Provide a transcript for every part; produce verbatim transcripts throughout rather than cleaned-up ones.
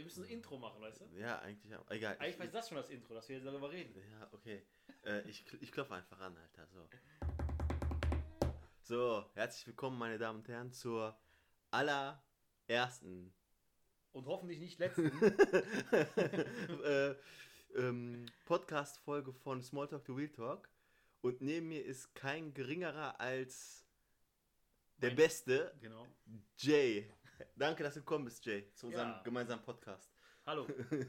müssen ein Intro machen, weißt du? Ja, eigentlich auch. Egal. Eigentlich ich, weiß das schon das Intro, dass wir jetzt darüber reden. Ja, okay. äh, ich ich klopfe einfach an, Alter. So. So, herzlich willkommen, meine Damen und Herren, zur allerersten Und hoffentlich nicht letzten. äh, ähm, Podcast-Folge von Smalltalk to Real Talk. Und neben mir ist kein geringerer als der Mein- Beste, Genau. Jay. Danke, dass du gekommen bist, Jay, zu unserem Ja. gemeinsamen Podcast. Hallo.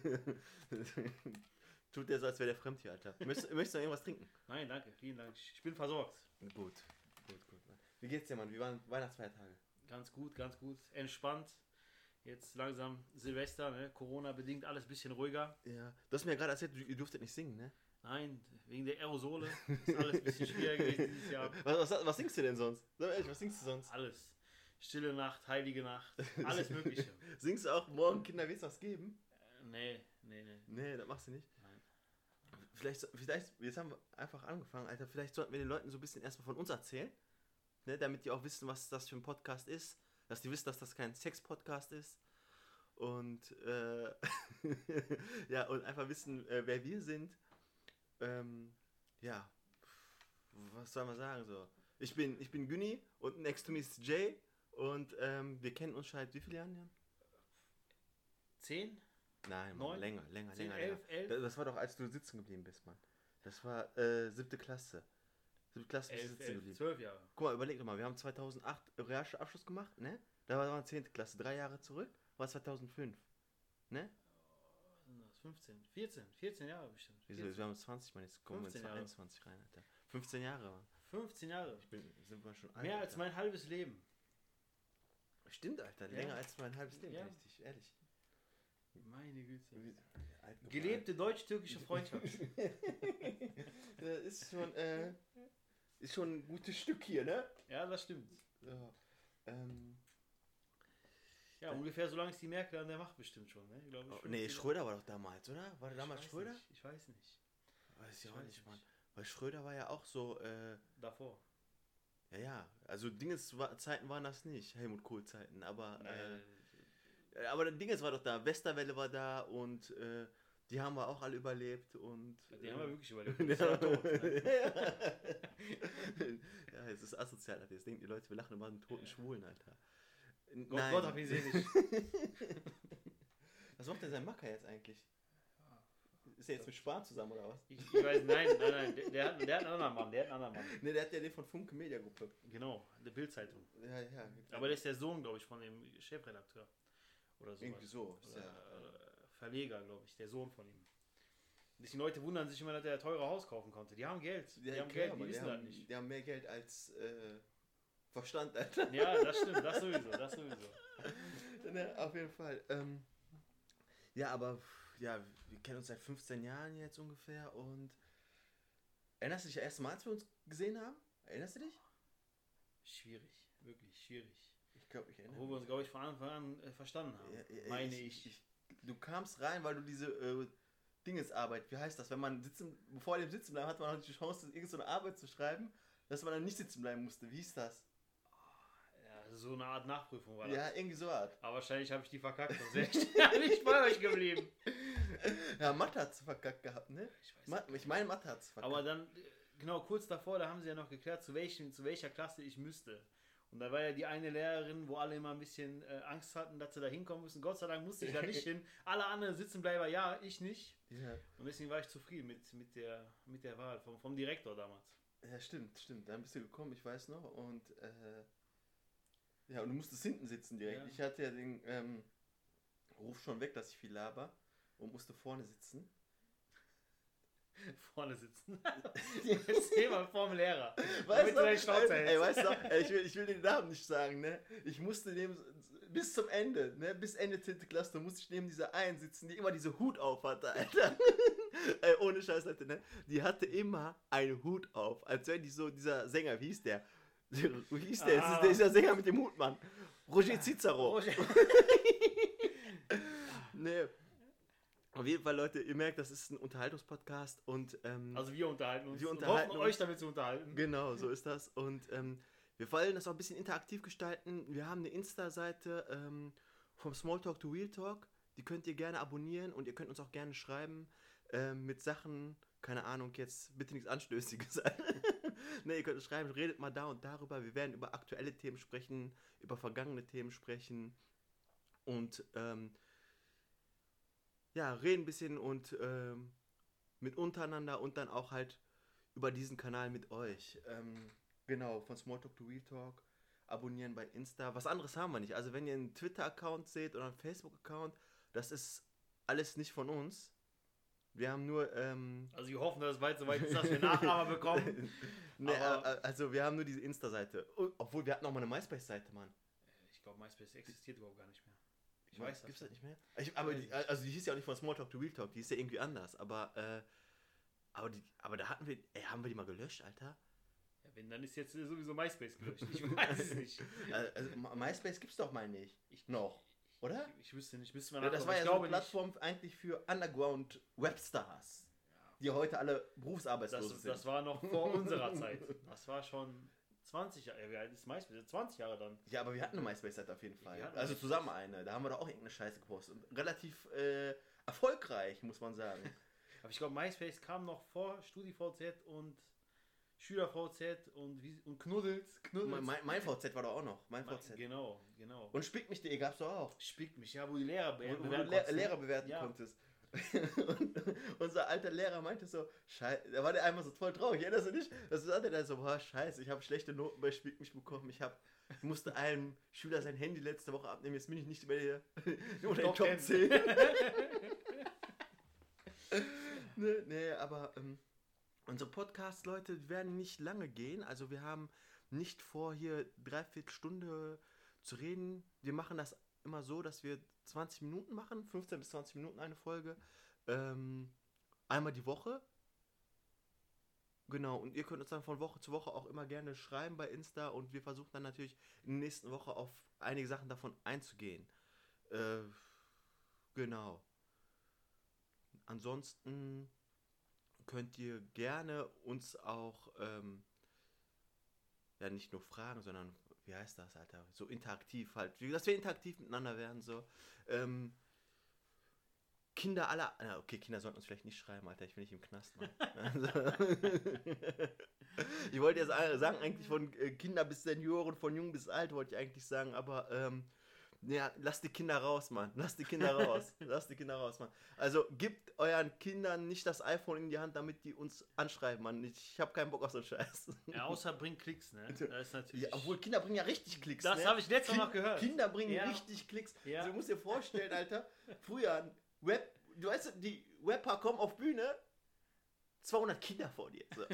Tut der so, als wäre der fremd hier, Alter. Möchtest, möchtest du noch irgendwas trinken? Nein, danke. Vielen Dank. Ich bin versorgt. Gut, gut, gut. Wie geht's dir, Mann? Wie waren Weihnachtsfeiertage? Ganz gut, ganz gut. Entspannt. Jetzt langsam Silvester, ne? Corona-bedingt alles ein bisschen ruhiger. Ja. Du hast mir ja gerade erzählt, du, ihr durftet nicht singen, ne? Nein, wegen der Aerosole ist alles ein bisschen schwieriger gewesen dieses Jahr. Was, was, was singst du denn sonst? Sag ehrlich, was singst du sonst? Alles. Stille Nacht, heilige Nacht, alles Mögliche. Singst du auch morgen Kinder wird's was geben? Äh, nee, nee, nee. Nee, das machst du nicht. Nein. Vielleicht, vielleicht, jetzt haben wir einfach angefangen, Alter. Vielleicht sollten wir den Leuten so ein bisschen erstmal von uns erzählen. Ne, damit die auch wissen, was das für ein Podcast ist. Dass die wissen, dass das kein Sex-Podcast ist. Und, äh, ja, und einfach wissen, äh, wer wir sind. Ähm, ja, was soll man sagen so? Ich bin, ich bin Günni und next to me ist Jay. Und ähm, wir kennen uns seit wie vielen Jahren? Jan? Zehn? Nein, Mann, Neun? länger, länger, Zehn, länger, elf, länger. elf? Das, das war doch, als du sitzen geblieben bist, Mann. Das war äh, siebte Klasse. Siebte Klasse bist du Elf, sitzen elf, geblieben. zwölf Jahre. Guck mal, überleg doch mal, wir haben zweitausendacht Realschulabschluss gemacht, ne? Da war wir zehnte Klasse, drei Jahre zurück, war zweitausendfünf, ne? Was sind das? fünfzehn, vierzehn, vierzehn Jahre bestimmt. Wieso, wir haben zwanzig, Mann, jetzt kommen wir fünfzehn ins Jahre. einundzwanzig rein, Alter. fünfzehn Jahre, Mann. fünfzehn Jahre. Ich bin, sind wir schon alt, Mehr als Alter. mein halbes Leben. Stimmt, Alter, Ja. länger als mein halbes Leben, Ja. richtig, ehrlich. Meine Güte. Alt geworden. Gelebte deutsch-türkische Freundschaft. Das ist schon, äh, ist schon ein gutes Stück hier, ne? Ja, das stimmt. So, ähm, Ja, ungefähr so lange ist die Merkel an der Macht bestimmt schon, ne? Ich glaube, oh, nee, Schröder war doch damals, oder? War der Ich damals weiß Schröder? Nicht. Ich weiß nicht. Weiß ich Ich auch weiß nicht, nicht. Mann. Weil Schröder war ja auch so, äh, Davor. ja, ja, also Dinges war, Zeiten waren das nicht, Helmut Kohl Zeiten, aber, äh, aber das Dinges war doch da, Westerwelle war da und, äh, die haben wir auch alle überlebt und... Die haben wir wirklich überlebt. Ja, Ist ja tot, ne? ja, es ist asozial, Alter. Jetzt denken die Leute, wir lachen über einen toten Schwulen, Alter. Gott, Gott hab ihn selig. Was macht denn sein Macker jetzt eigentlich? Ist er jetzt mit Spahn zusammen oder was? Ich, ich weiß, nein, nein, nein. Der, der, hat, der hat einen anderen Mann. Der hat einen anderen Mann. Ne, der hat ja den von Funke Media Gruppe. Genau, der Bild-Zeitung. Ja, ja. Aber der ist der Sohn, glaube ich, von dem Chefredakteur. Oder so. Irgendwie so. Ist Oder, ja, äh, Verleger, glaube ich. Der Sohn von ihm. Die Leute wundern sich immer, dass er ein teure Haus kaufen konnte. Die haben Geld. Die ja, haben klar, Geld, die aber wissen die das haben, nicht. Die haben mehr Geld als äh, Verstand, Alter. Ja, das stimmt. Das sowieso. Das sowieso. Ne, auf jeden Fall. Ähm, ja, aber ja, wir kennen uns seit fünfzehn Jahren jetzt ungefähr und erinnerst du dich das erste Mal, als wir uns gesehen haben? Erinnerst du dich? Schwierig. Wirklich schwierig. Ich glaube, ich erinnere Wo wir uns, glaube ich, von Anfang an äh, verstanden haben. Ja, ja, meine ich, ich. ich. Du kamst rein, weil du diese äh, Dingesarbeit, wie heißt das, wenn man sitzen, bevor dem sitzen bleiben, hat man noch die Chance, irgendeine so eine Arbeit zu schreiben, dass man dann nicht sitzen bleiben musste. Wie hieß das? Ja, so eine Art Nachprüfung war das. Ja, irgendwie so Art. Aber wahrscheinlich habe ich die verkackt, sonst wäre ich ja nicht bei euch geblieben. Ja, Mathe hat's verkackt gehabt, ne? Ich weiß Ma- Ich meine, Mathe hat's verkackt. Aber dann, äh, genau, kurz davor, da haben sie ja noch geklärt, zu, welchen, zu welcher Klasse ich müsste. Und da war ja die eine Lehrerin, wo alle immer ein bisschen äh, Angst hatten, dass sie da hinkommen müssen. Gott sei Dank musste ich da nicht hin. Alle anderen Sitzenbleiber, ja, ich nicht. Ja. Und deswegen war ich zufrieden mit, mit, der, mit der Wahl vom, vom Direktor damals. Ja, stimmt, stimmt. Dann bist du gekommen, ich weiß noch. Und äh, ja, und du musstest hinten sitzen direkt. Ja. Ich hatte ja den ähm, Ruf schon weg, dass ich viel laber und musste vorne sitzen. Vorne sitzen. Erzähl mal vorm Lehrer. Weißt Damit du, du deine Schnauze ey, hältst. weißt du, ey, ich, will, ich will den Namen nicht sagen, ne? Ich musste neben, bis zum Ende, ne? Bis Ende zehnte Klasse, da musste ich neben dieser einen sitzen, die immer diese Hut auf hatte, Alter. Ey, ohne Scheiß, Alter, ne? Die hatte immer einen Hut auf, als wäre die so, dieser Sänger, wie hieß der? Wie hieß der? Ah. Das ist dieser Sänger mit dem Hut, Mann. Roger Cicero. Roger. Ne. Auf jeden Fall, Leute, ihr merkt, das ist ein Unterhaltungspodcast und ähm, Also wir unterhalten uns. Wir und unterhalten hoffen, uns. euch damit zu unterhalten. genau, so ist das. Und ähm, wir wollen das auch ein bisschen interaktiv gestalten. Wir haben eine Insta-Seite ähm, vom Smalltalk to Real Talk. die könnt ihr gerne abonnieren und ihr könnt uns auch gerne schreiben äh, mit Sachen, keine Ahnung, jetzt bitte nichts Anstößiges sein. Ne, ihr könnt uns schreiben, redet mal da und darüber. Wir werden über aktuelle Themen sprechen, über vergangene Themen sprechen und ähm, ja, reden ein bisschen und ähm, mit untereinander und dann auch halt über diesen Kanal mit euch. Ähm, genau, von Smalltalk to Real Talk. Abonnieren bei Insta. Was anderes haben wir nicht. Also wenn ihr einen Twitter-Account seht oder einen Facebook-Account, das ist alles nicht von uns. Wir haben nur... Ähm, also wir hoffen, dass es bald so weit ist, dass wir Nachahmer bekommen. nee, also wir haben nur diese Insta-Seite. Obwohl, wir hatten noch mal eine MySpace-Seite, Mann. Ich glaube, MySpace existiert überhaupt gar nicht mehr. Ich Man, weiß das. Gibt's das nicht mehr? Ich, aber die, also die hieß ja auch nicht von Smalltalk to Real Talk, die hieß ja irgendwie anders. Aber, äh, aber, die, aber da hatten wir... Ey, haben wir die mal gelöscht, Alter? Ja, wenn, dann ist jetzt sowieso MySpace gelöscht. Ich weiß es nicht. Also MySpace gibt's doch mal nicht. Ich, noch. Oder? Ich, ich wüsste nicht. Müsste man ja, das war ich ja so eine Plattform nicht. Eigentlich für Underground-Webstars, ja. Die heute alle berufsarbeitslos das, sind. Das war noch vor unserer Zeit. Das war schon zwanzig Jahre. Wie alt ist MySpace? zwanzig Jahre dann. Ja, aber wir hatten eine MySpace-Seite auf jeden Fall. Also zusammen eine. Da haben wir doch auch irgendeine Scheiße gepostet. Und relativ äh, erfolgreich, muss man sagen. Aber ich glaube, MySpace kam noch vor StudiVZ und SchülerVZ und, wie, und Knuddels. Knuddels. Mein, mein V Z war doch auch noch. Mein V Z. Genau, genau. Und Spick mich de gab's doch auch. Spick mich, ja, wo die Lehrer be wo, bewerten wo du konntest. Lehrer bewerten ja. konntest. Und unser alter Lehrer meinte so, scheiße, da war der einmal so voll traurig, erinnerst du dich? Das sagte der so, boah, scheiße, ich habe schlechte Noten bei Spick mich bekommen, ich, hab, ich musste einem Schüler sein Handy letzte Woche abnehmen, jetzt bin ich nicht mehr unter den Top zehn. ne, ne, aber ähm, unsere Podcasts, Leute, werden nicht lange gehen, also wir haben nicht vor, hier dreiviertel Stunde zu reden, wir machen das immer so, dass wir zwanzig Minuten machen, fünfzehn bis zwanzig Minuten eine Folge, ähm, einmal die Woche. Genau, und ihr könnt uns dann von Woche zu Woche auch immer gerne schreiben bei Insta und wir versuchen dann natürlich in der nächsten Woche auf einige Sachen davon einzugehen. Äh, genau. Ansonsten könnt ihr gerne uns auch, ähm, ja, nicht nur fragen, sondern wie heißt das, Alter? So interaktiv halt. Dass wir interaktiv miteinander werden, so. Ähm, Kinder aller... Na, okay, Kinder sollten uns vielleicht nicht schreiben, Alter. Ich will nicht im Knast, Mann. Also, ich wollte jetzt sagen, eigentlich von Kinder bis Senioren, von jung bis alt, wollte ich eigentlich sagen, aber ähm, ja, lasst die Kinder raus, Mann. Lasst die Kinder raus. Lasst die Kinder raus, Mann. Also, gebt euren Kindern nicht das iPhone in die Hand, damit die uns anschreiben, Mann. Ich, ich habe keinen Bock auf so einen Scheiß. Ja, außer bringt Klicks, ne? Das ist natürlich... Ja, obwohl Kinder bringen ja richtig Klicks, Das ne? habe ich letztes Mal noch gehört. Kinder bringen ja. richtig Klicks. Ja. Also, du musst dir vorstellen, Alter, früher, Rap, du weißt, die Rapper kommen auf Bühne, zweihundert Kinder vor dir. So.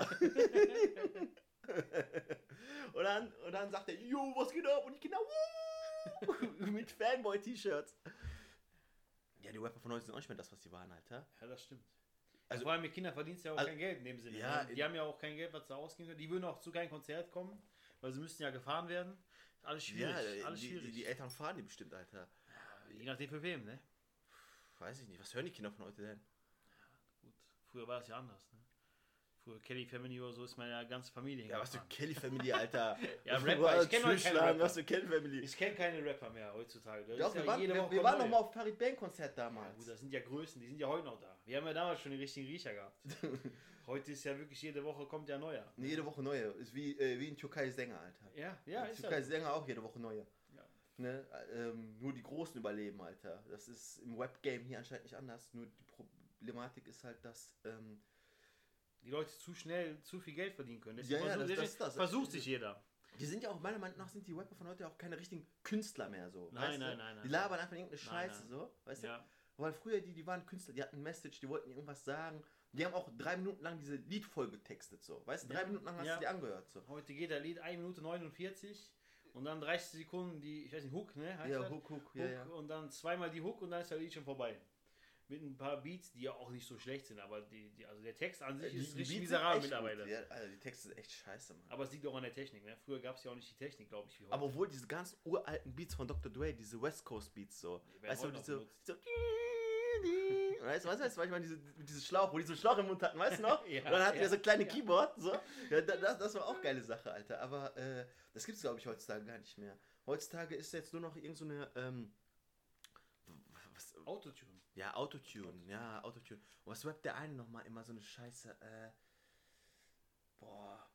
und, dann, und dann sagt er, jo, was geht ab? Und die Kinder, wuh, mit Fanboy-T-Shirts. Ja, die Rapper von heute sind auch nicht mehr das, was sie waren, Alter. Ja, das stimmt. Also, vor allem mit Kindern verdienst du ja auch also, kein Geld in dem Sinne. Ja, ne? Die haben ja auch kein Geld, was da ausgehen können. Die würden auch zu keinem Konzert kommen, weil sie müssten ja gefahren werden. Alles schwierig. Ja, alles die, schwierig. Die, die Eltern fahren die bestimmt, Alter. Ja, je nachdem für wem, ne? Weiß ich nicht. Was hören die Kinder von heute denn? Ja, gut. Früher war es ja anders, ne? Früher Kelly Family oder so ist meine ganze Familie. Ja, was für Kelly Family, Alter. Ja, Rapper. Ich kenne keine Rapper. Was für Kelly Family. Ich kenne keine Rapper mehr heutzutage. Das Doch, wir ja waren, wir, wir waren noch mal auf Farid Bang Konzert damals. Ja, gut, das sind ja Größen, die sind ja heute noch da. Wir haben ja damals schon den richtigen Riecher gehabt. Heute ist ja wirklich, jede Woche kommt ja neuer. Nee, jede Woche neue. Ist wie, äh, wie ein Türkei-Sänger, Alter. Ja, ja, ein ist Türkei-Sänger auch jede Woche neue. Ja. Ne? Ähm, nur die Großen überleben, Alter. Das ist im Webgame hier anscheinend nicht anders. Nur die Problematik ist halt, dass ähm, die Leute zu schnell zu viel Geld verdienen können. Ja, ja, das, das, das, versucht sich jeder. Die sind ja auch, meiner Meinung nach, sind die Rapper von heute auch keine richtigen Künstler mehr so. Nein, weißt nein, du? nein, nein. Die labern einfach irgendeine nein, Scheiße nein. so, weißt ja. du? Weil früher die, die waren Künstler, die hatten ein Message, die wollten irgendwas sagen. Die haben auch drei Minuten lang diese Liedfolge getextet so. Weißt du, drei ja. Minuten lang hast ja. du die angehört so. Heute geht der Lied eine Minute neunundvierzig und dann dreißig Sekunden die, ich weiß nicht, Hook, ne? Heißt ja, das? Hook, Hook, Hook ja, ja. Und dann zweimal die Hook und dann ist der Lied schon vorbei. Mit ein paar Beats, die ja auch nicht so schlecht sind, aber die, die also der Text an sich die, ist die richtig Beats miserabel sind echt mittlerweile. gut. Ja, also die Texte sind echt scheiße, Mann. Aber es liegt auch an der Technik, ne? Früher gab es ja auch nicht die Technik, glaube ich, wie heute. Aber obwohl diese ganz uralten Beats von Doktor Dre, diese West Coast Beats so, Die weißt du, heute diese, noch so weißt du, was heißt manchmal diese, diese Schlauch, wo die so Schlauch im Mund hatten, weißt du noch? Ja, und dann hatten ja, wir so kleine ja. Keyboard, so. Ja, das, das war auch geile Sache, Alter. Aber äh, das gibt's, glaube ich, heutzutage gar nicht mehr. Heutzutage ist jetzt nur noch irgend so eine, ähm, Was, Autotune. Ja, Autotune, ja, Autotune. Und was rappt der eine nochmal immer so eine Scheiße, äh, boah,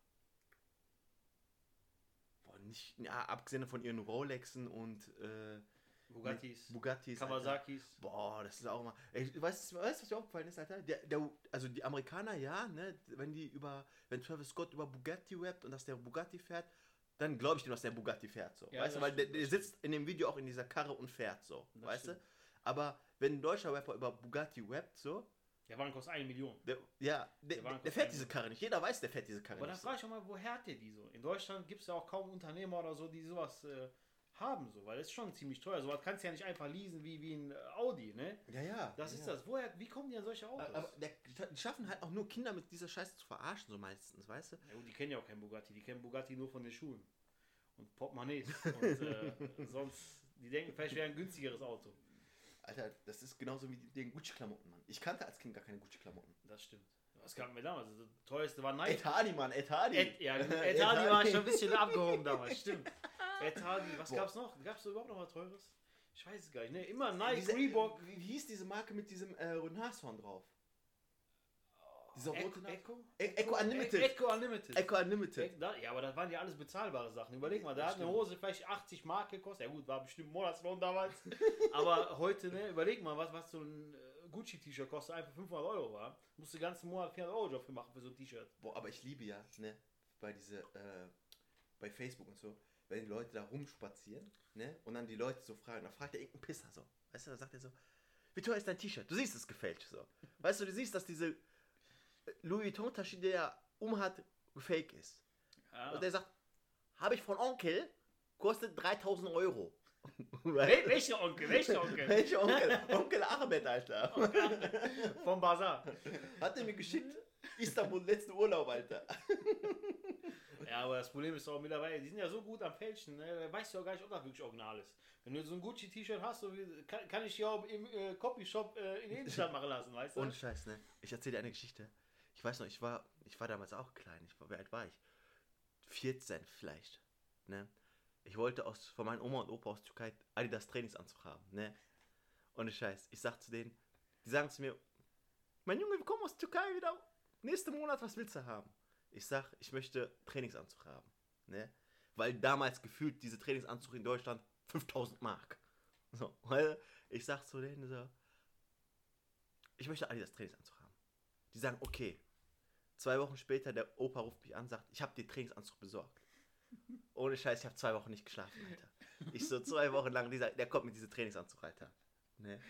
boah, nicht, ja, abgesehen von ihren Rolexen und, äh, Bugattis, Bugattis, Kawasakis. Alter. Boah, das ist auch immer, ey, weißt du, weißt, was dir aufgefallen ist, Alter? Der, der, also die Amerikaner, ja, ne, wenn die über, wenn Travis Scott über Bugatti rappt und dass der Bugatti fährt, dann glaube ich dem, dass der Bugatti fährt, so, Ja, weißt du, weil stimmt, der, der sitzt in dem Video auch in dieser Karre und fährt, so, das weißt stimmt. du? Aber wenn ein deutscher Rapper über Bugatti rappt, so. Der Wagen kostet eine Million. Der, ja, der, der, der fährt diese Karre nicht. Jeder weiß, der fährt diese Karre aber nicht. Aber dann frage ich auch mal, woher hat der die so? In Deutschland gibt es ja auch kaum Unternehmer oder so, die sowas äh, haben, so, weil das ist schon ziemlich teuer. Sowas kannst du ja nicht einfach leasen wie, wie ein Audi, ne? Ja, ja. Das ja. ist das. Woher, wie kommen die an solche Autos? Aber der, die schaffen halt auch nur Kinder mit dieser Scheiße zu verarschen, so meistens, weißt du? Ja gut, die kennen ja auch keinen Bugatti. Die kennen Bugatti nur von den Schuhen. Und Portemonnaies. Und äh, sonst, die denken, vielleicht wäre ein günstigeres Auto. Alter, das ist genauso wie den Gucci-Klamotten, Mann. Ich kannte als Kind gar keine Gucci-Klamotten. Das stimmt. Was gab mir damals? Das teuerste war Nike. Ed Hardy, Mann, Ed Hardy. Ed, ja, Ed Hardy war schon ein bisschen abgehoben damals, stimmt. Ed Hardy, was Boah. gab's noch? Gab's da überhaupt noch was Teures? Ich weiß es gar nicht, ne? Immer Nike, diese, Reebok. Wie, wie hieß diese Marke mit diesem äh, Nashorn drauf? Dieser Echo, rote Echo? Echo Unlimited. Echo Unlimited. Echo Unlimited. Ja, aber das waren ja alles bezahlbare Sachen. Überleg mal, da hat eine Hose vielleicht achtzig Mark gekostet. Ja gut, war bestimmt Monatslohn damals. Aber heute, ne, überleg mal, was, was so ein Gucci-T-Shirt kostet, einfach fünfhundert Euro war. Musst du den ganzen Monat vierhundert Euro dafür machen für so ein T-Shirt. Boah, aber ich liebe ja, ne, bei diese, äh, bei Facebook und so, wenn die Leute da rumspazieren, ne, und dann die Leute so fragen, dann fragt der irgendein Pisser so, weißt du, da sagt er so, wie teuer ist dein T-Shirt? Du siehst es gefälscht, so. Weißt du, du siehst, dass diese Louis Vuitton-Tasche, die er umhat, fake ist. Ja. Und der sagt, habe ich von Onkel, kostet dreitausend Euro. Wel welcher Onkel? Welcher Onkel? Welcher Onkel? Onkel Ahmed, Alter. Okay. Vom Bazar. Hat er mir geschickt, Istanbul, letzten Urlaub, Alter. Ja, aber das Problem ist auch mittlerweile, die sind ja so gut am Fälschen, ne? Weißt du ja gar nicht, ob das wirklich original ist. Wenn du so ein Gucci-T-Shirt hast, so wie, kann, kann ich ja im äh, Copyshop äh, in der Innenstadt machen lassen, weißt du? Ohne Scheiß, ne? Ich erzähle dir eine Geschichte. Ich weiß noch, ich war, ich war damals auch klein. Ich war, wie alt war ich? vierzehn vielleicht, ne? Ich wollte aus, von meinen Oma und Opa aus Türkei Adidas Trainingsanzug haben, ne? Ohne Scheiß. Ich sag zu denen, die sagen zu mir, mein Junge, wir kommen aus Türkei wieder. Nächsten Monat, was willst du haben? Ich sag, ich möchte Trainingsanzug haben, ne? Weil damals gefühlt diese Trainingsanzug in Deutschland fünftausend Mark. So, weil ich sag zu denen so, ich möchte Adidas Trainingsanzug haben. Die sagen, okay. Zwei Wochen später, der Opa ruft mich an, sagt, ich habe den Trainingsanzug besorgt. Ohne Scheiß, ich habe zwei Wochen nicht geschlafen, Alter. Ich so zwei Wochen lang, dieser, der kommt mit diesem Trainingsanzug, Alter. Ne?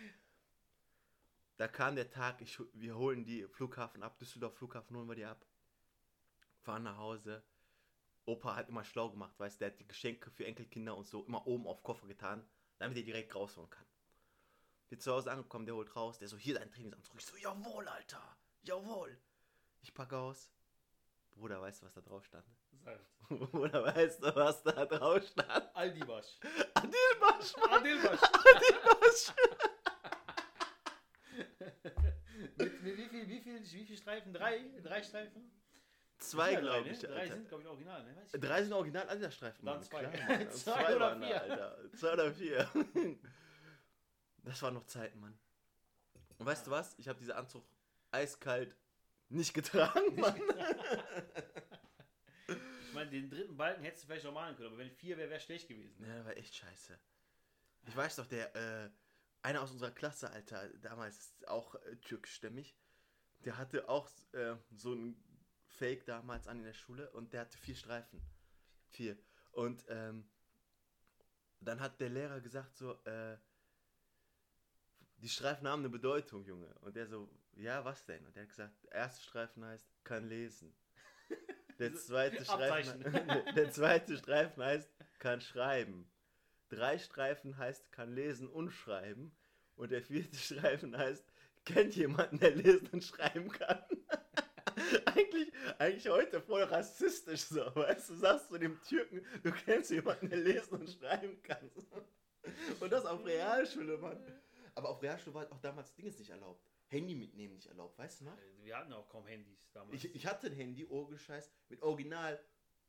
Da kam der Tag, ich, wir holen die Flughafen ab, Düsseldorf Flughafen holen wir die ab. Fahren nach Hause. Opa hat immer schlau gemacht, weißt du, der hat die Geschenke für Enkelkinder und so immer oben auf Koffer getan, damit er direkt rausholen kann. Wir zu Hause angekommen, der holt raus, der so, hier dein Trainingsanzug. Ich so, jawohl, Alter, jawohl. Ich packe aus. Bruder, weißt du, was da drauf stand? Salz. Bruder, weißt du, was da drauf stand? Aldibasch. Adilbasch. Adilbasch. Adilbasch. mit, mit wie viel, wie viel, wie viel Streifen? Drei? Drei Streifen? Zwei, glaube ich. Ne? Drei Alter. sind, glaube ich, original, ne? Weiß ich Drei sind original Adidas-Streifen. Dann zwei. Klar, zwei, zwei oder vier. vier. Alter. Zwei oder vier. Das waren noch Zeiten, Mann. Und weißt du was? Ich habe diesen Anzug eiskalt nicht getragen, Mann. Ich meine, den dritten Balken hättest du vielleicht noch malen können, aber wenn vier wäre, wäre schlecht gewesen. Ja, war echt scheiße. Ich weiß doch, der, äh, einer aus unserer Klasse, Alter, damals auch äh, türkischstämmig, der hatte auch äh, so ein Fake damals an in der Schule und der hatte vier Streifen. Vier. Und ähm, dann hat der Lehrer gesagt so, äh, die Streifen haben eine Bedeutung, Junge. Und der so, ja, was denn? Und der hat gesagt, der erste Streifen heißt, kann lesen. Der zweite Streifen, der zweite Streifen heißt, kann schreiben. Drei Streifen heißt, kann lesen und schreiben. Und der vierte Streifen heißt, kennt jemanden, der lesen und schreiben kann. eigentlich, eigentlich heute voll rassistisch so, weißt du, sagst du dem Türken, du kennst jemanden, der lesen und schreiben kann. Und das auf Realschule, Mann. Aber auf Realschule war auch damals Dinges nicht erlaubt. Handy mitnehmen nicht erlaubt, weißt du noch? Wir hatten auch kaum Handys damals. Ich, ich hatte ein Handy, Orgelscheiß, mit Original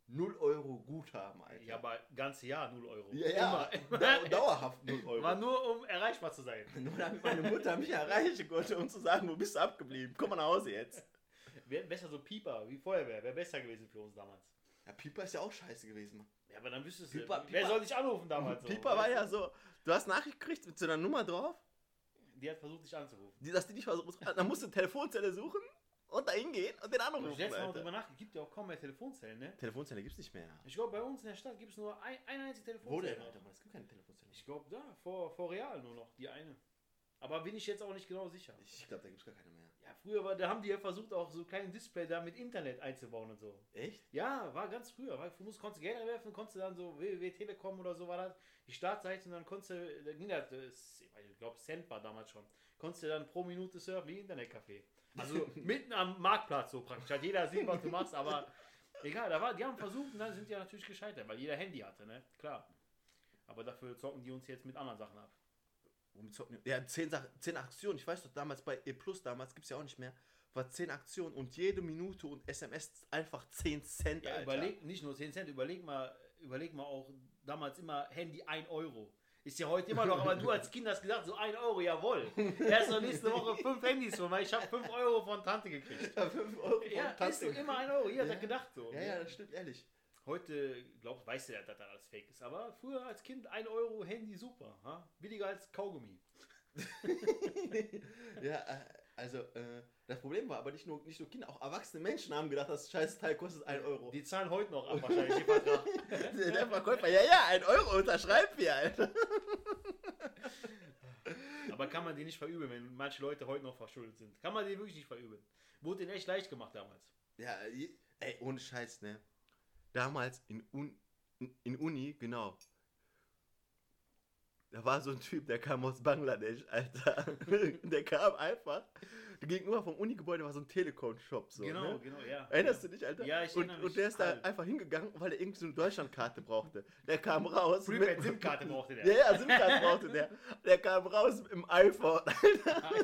null Euro Guthaben, Alter. Ja, aber ganze Jahr null Euro. Ja, ja. Immer. Dau- dauerhaft null Euro. War nur, um erreichbar zu sein. Nur damit meine Mutter mich erreichen konnte, um zu sagen, wo bist du abgeblieben? Komm mal nach Hause jetzt. Wäre besser so Pieper, wie Feuerwehr. Wäre besser gewesen für uns damals. Ja, Pieper ist ja auch scheiße gewesen, Mann. Ja, aber dann wüsstest Pieper- du, wer Pieper- soll dich anrufen damals? So? Pieper war ja so, du hast Nachricht gekriegt mit so einer Nummer drauf, Die hat versucht, dich anzurufen. die, dass die dich versucht, dann musst du eine Telefonzelle suchen und da hingehen und den Und anrufen, jetzt mal Alter. drüber nach, es gibt ja auch kaum mehr Telefonzellen, ne? Telefonzelle gibt's nicht mehr. Ich glaube, bei uns in der Stadt gibt es nur ein, eine einzige Wo Telefonzelle. denn, Alter? Mann, es gibt keine Telefonzelle. Ich glaube, da, vor, vor Real nur noch, die eine. Aber bin ich jetzt auch nicht genau sicher. Ich glaube, da gibt's gar keine mehr. Ja, früher war, da haben die ja versucht, auch so kleine Display da mit Internet einzubauen und so. Echt? Ja, war ganz früher. War, du musst, konntest Geld reinwerfen, konntest du dann so w w w punkt telekom oder so war das, die Startseite und dann konntest du, da ging das, das ich glaube Cent war damals schon, konntest du dann pro Minute surfen wie Internetcafé. Also mitten am Marktplatz so praktisch. Hat jeder sehen, was du machst, aber egal, da war, die haben versucht und dann sind die ja natürlich gescheitert, weil jeder Handy hatte, ne? Klar. Aber dafür zocken die uns jetzt mit anderen Sachen ab. Womit zocken die? Ja, zehn, Sach- zehn Aktionen. Ich weiß doch, damals bei E Plus, damals gibt's ja auch nicht mehr, war zehn Aktionen und jede Minute und S M S einfach zehn Cent, Ja, Alter. überleg, nicht nur zehn Cent, überleg mal, überleg mal auch damals immer Handy ein Euro. Ist ja heute immer noch, aber du als Kind hast gesagt, so ein Euro, jawohl. Erst noch nächste Woche fünf Handys von, weil ich habe fünf Euro von Tante gekriegt. Ja, fünf Euro von Ja, Tante. ist so immer ein Euro, jeder Ja. hat gedacht so. Ja, ja, das stimmt, ehrlich. Heute, glaubst weißt du ja, dass das alles fake ist, aber früher als Kind ein Euro Handy super, ha? Billiger als Kaugummi. Ja, äh, also, äh, das Problem war aber nicht nur, nicht nur Kinder, auch erwachsene Menschen haben gedacht, das scheiß Teil kostet ein Euro. Die zahlen heute noch ab wahrscheinlich den Vertrag. Der Verkäufer, ja, ja, ein Euro, unterschreib mir, Alter. Aber kann man die nicht verübeln, wenn manche Leute heute noch verschuldet sind. Kann man die wirklich nicht verübeln. Wurde denen echt leicht gemacht damals. Ja, je- ey, ohne Scheiß, ne? Damals in, Un in Uni, genau. Da war so ein Typ, der kam aus Bangladesch, Alter. Der kam einfach. Gegenüber vom Unigebäude war so ein Telekom-Shop. So, Genau, ne? genau, ja. Erinnerst du dich, Alter? Ja, ich und, erinnere und mich. der ist da Halb. einfach hingegangen, weil er irgendwie so eine Deutschlandkarte brauchte. Der kam raus. Prepaid mit- SIM-Karte brauchte der. Ja, ja, SIM-Karte brauchte der. Der kam raus mit dem iPhone, Alter.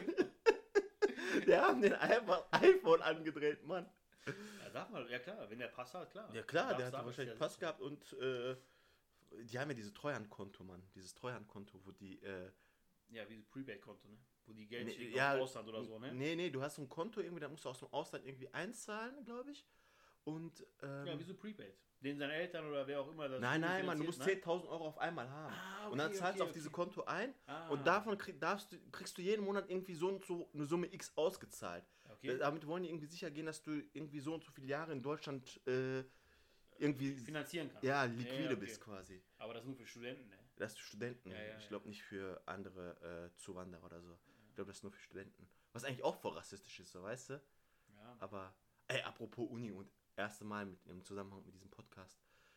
Der haben den einfach iPhone angedreht, Mann. Ja, sag mal, ja klar, wenn der Pass hat, klar. Ja klar, Darfst der hatte sagen, wahrscheinlich ist ja Pass sicher. gehabt und äh, die haben ja dieses Treuhandkonto, Mann. Dieses Treuhandkonto, wo die äh, Ja, wie so Prepaid-Konto, ne? Wo die Geld nee, schicken ja, aus dem Ausland oder so, ne? Nee, nee, du hast so ein Konto irgendwie, da musst du aus dem Ausland irgendwie einzahlen, glaube ich. Und ähm, Ja, wie so Prepaid. Den seine Eltern oder wer auch immer das. nein, nein, Mann, du finanziert, musst ne? zehntausend Euro auf einmal haben. Ah, okay, und dann zahlst okay, du auf okay. dieses Konto ein Ah, und davon krieg, darfst du, kriegst du jeden Monat irgendwie so und so eine Summe X ausgezahlt. okay. Damit wollen die irgendwie sicher gehen, dass du irgendwie so und so viele Jahre in Deutschland äh, irgendwie finanzieren kann. ja, liquide okay. bist quasi. Aber das nur für Studenten, ne? Das ist für Studenten. Ja, ja, ich ja. glaube nicht für andere äh, Zuwanderer oder so. Ich glaube, das ist nur für Studenten. Was eigentlich auch voll rassistisch ist, so weißt du? Ja. Aber, ey, apropos Uni und erste Mal mit, im Zusammenhang mit diesem Podcast.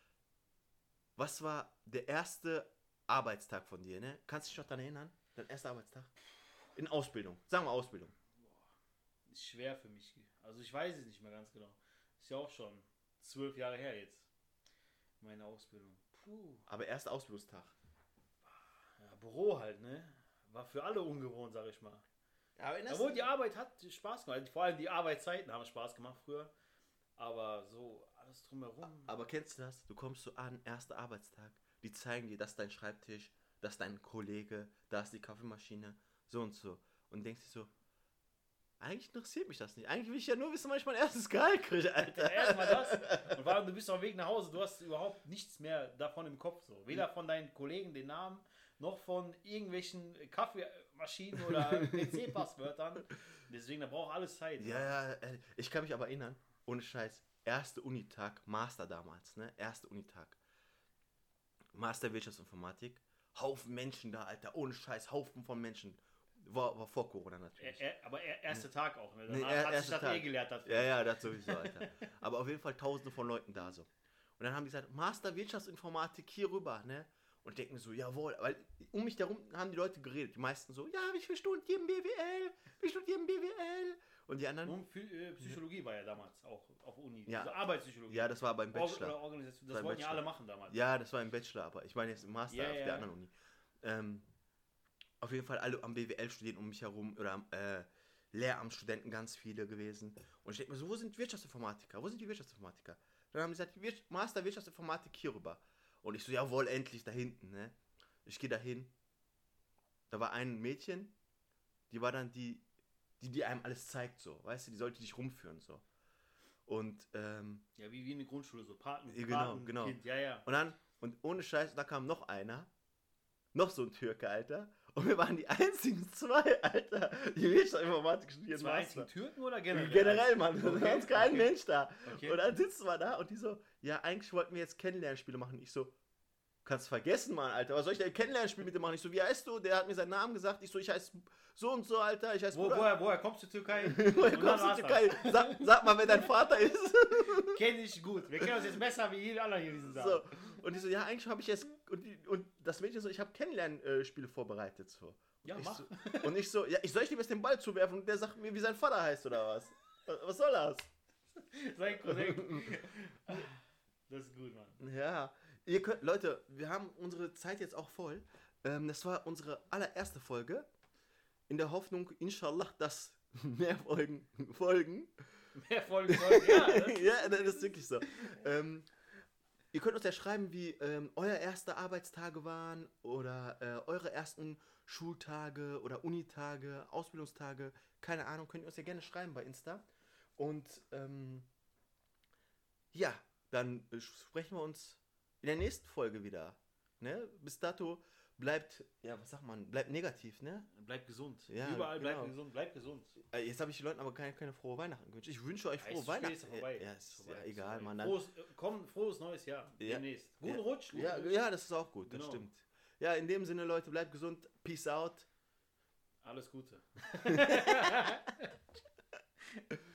Was war der erste Arbeitstag von dir, ne? Kannst du dich noch daran erinnern? Dein erster Arbeitstag? In Ausbildung. Sagen wir Ausbildung. Ist schwer für mich. Also ich weiß es nicht mehr ganz genau. Ist ja auch schon zwölf Jahre her jetzt. Meine Ausbildung. Puh. Aber erster Ausbildungstag. Ja, Büro halt, ne? War für alle ungewohnt, sag ich mal. Ja, aber Obwohl die Arbeit hat Spaß gemacht. Vor allem die Arbeitszeiten haben Spaß gemacht früher. Aber so alles drumherum. Aber kennst du das? Du kommst so an, erster Arbeitstag. Die zeigen dir, das ist dein Schreibtisch, das ist dein Kollege, da ist die Kaffeemaschine, so und so. Und denkst dir so, eigentlich interessiert mich das nicht. Eigentlich will ich ja nur wissen, wann ich mein erstes Gehalt kriege, Alter. Erstmal das. Und vor allem, du bist auf dem Weg nach Hause, du hast überhaupt nichts mehr davon im Kopf. So. Weder von deinen Kollegen den Namen, noch von irgendwelchen Kaffeemaschinen oder P C-Passwörtern. Deswegen, da braucht alles Zeit. Ja, ja, äh, ich kann mich aber erinnern, ohne Scheiß, erste Unitag, Master damals, ne? Erste Unitag. Master Wirtschaftsinformatik. Haufen Menschen da, Alter, ohne Scheiß, Haufen von Menschen. War, war vor Corona natürlich. Er, er, aber er, erster Tag auch. Ne? Nee, Danach er- hat sich erster das Tag. eh gelehrt. Das Ja, ja, das sowieso, Alter. Aber auf jeden Fall tausende von Leuten da so. Und dann haben die gesagt, Master Wirtschaftsinformatik hier rüber, ne? Und ich denke mir so, jawohl, weil um mich darum haben die Leute geredet. Die meisten so, ja, ich studiere B W L, wir studieren B W L. Und die anderen, Und Phy- äh, Psychologie war ja damals auch auf Uni. Ja. Also Arbeitspsychologie. ja, das war beim Or- Bachelor. Oder Organisation. Das Beim wollten ja Bachelor. alle machen damals. Ja, das war im Bachelor, aber ich meine jetzt im Master Ja, auf ja, der ja. anderen Uni. Ähm, auf jeden Fall alle am B W L studieren um mich herum oder am äh, Lehramtsstudenten ganz viele gewesen. Und ich denke mir so, wo sind Wirtschaftsinformatiker? Wo sind die Wirtschaftsinformatiker? Dann haben die gesagt, Wir- Master Wirtschaftsinformatik hier rüber. Und ich so, jawohl, endlich da hinten, ne? Ich gehe da hin. Da war ein Mädchen, die war dann die, die, die einem alles zeigt, so, weißt du, die sollte dich rumführen, so. Und, ähm, Ja, wie, wie in der Grundschule, so Paten, Ja, genau, Paten genau. Kind. Ja, ja. und dann, und ohne Scheiß, da kam noch einer, noch so ein Türke, Alter. Und wir waren die einzigen zwei, Alter, die Wirtschaftsinformatik studieren. Zwei Master. einzigen Türken oder generell? Generell, Mann, da Okay, war uns kein okay. Mensch da. Okay. Und dann sitzen wir da und die so, ja, eigentlich wollten wir jetzt Kennenlernspiele machen. Ich so, kannst vergessen, Mann, Alter. Was soll ich denn Kennenlernspiel mit dir machen? Ich so, wie heißt du? Der hat mir seinen Namen gesagt. Ich so, ich heiße so und so, Alter. Ich heiße Wo, Bruder. woher, woher kommst du Türkei? Woher Und dann kommst du war's Türkei? Sag, sag mal, wer dein Vater ist. das. Kenn ich gut. Wir kennen uns jetzt besser wie jeder andere hier in diesem Saal. So. Und die so, ja, eigentlich habe ich jetzt. Und, die, und das Mädchen so, ich habe Kennenlernspiele vorbereitet. So. Ja, ich mach. So, und ich so, ja, ich soll ich ihm jetzt den Ball zuwerfen? Und der sagt mir, wie sein Vater heißt oder was? Was soll das? Sein Cousin. Das ist gut, Mann. Ja, ihr könnt, Leute, wir haben unsere Zeit jetzt auch voll. Ähm, das war unsere allererste Folge. In der Hoffnung, inshallah, dass mehr Folgen folgen. Mehr Folgen folgen. Ja, das Ja, das ist wirklich so. Ähm, ihr könnt uns ja schreiben, wie ähm, euer erste Arbeitstage waren oder äh, eure ersten Schultage oder Unitage, Ausbildungstage. Keine Ahnung, könnt ihr uns ja gerne schreiben bei Insta. Und ähm, ja, dann äh, sprechen wir uns in der nächsten Folge wieder. Ne? Bis dato bleibt, ja, was sagt man, bleibt negativ, ne? Bleibt gesund. Ja, Überall bleibt genau. gesund. Bleibt gesund. Äh, Jetzt habe ich den Leuten aber keine, keine frohe Weihnachten gewünscht. Ich wünsche euch Ja, frohe ist Weihnachten. spät, ist vorbei. Ja, Ist ist vorbei, ja ist egal, vorbei. Mann. Dann, Frohes, äh, komm, frohes neues Jahr. Ja. Demnächst. Guten Ja. Rutsch. Guten ja, Rutsch. ja, das ist auch gut, das Genau. stimmt. Ja, in dem Sinne, Leute, bleibt gesund. Peace out. Alles Gute.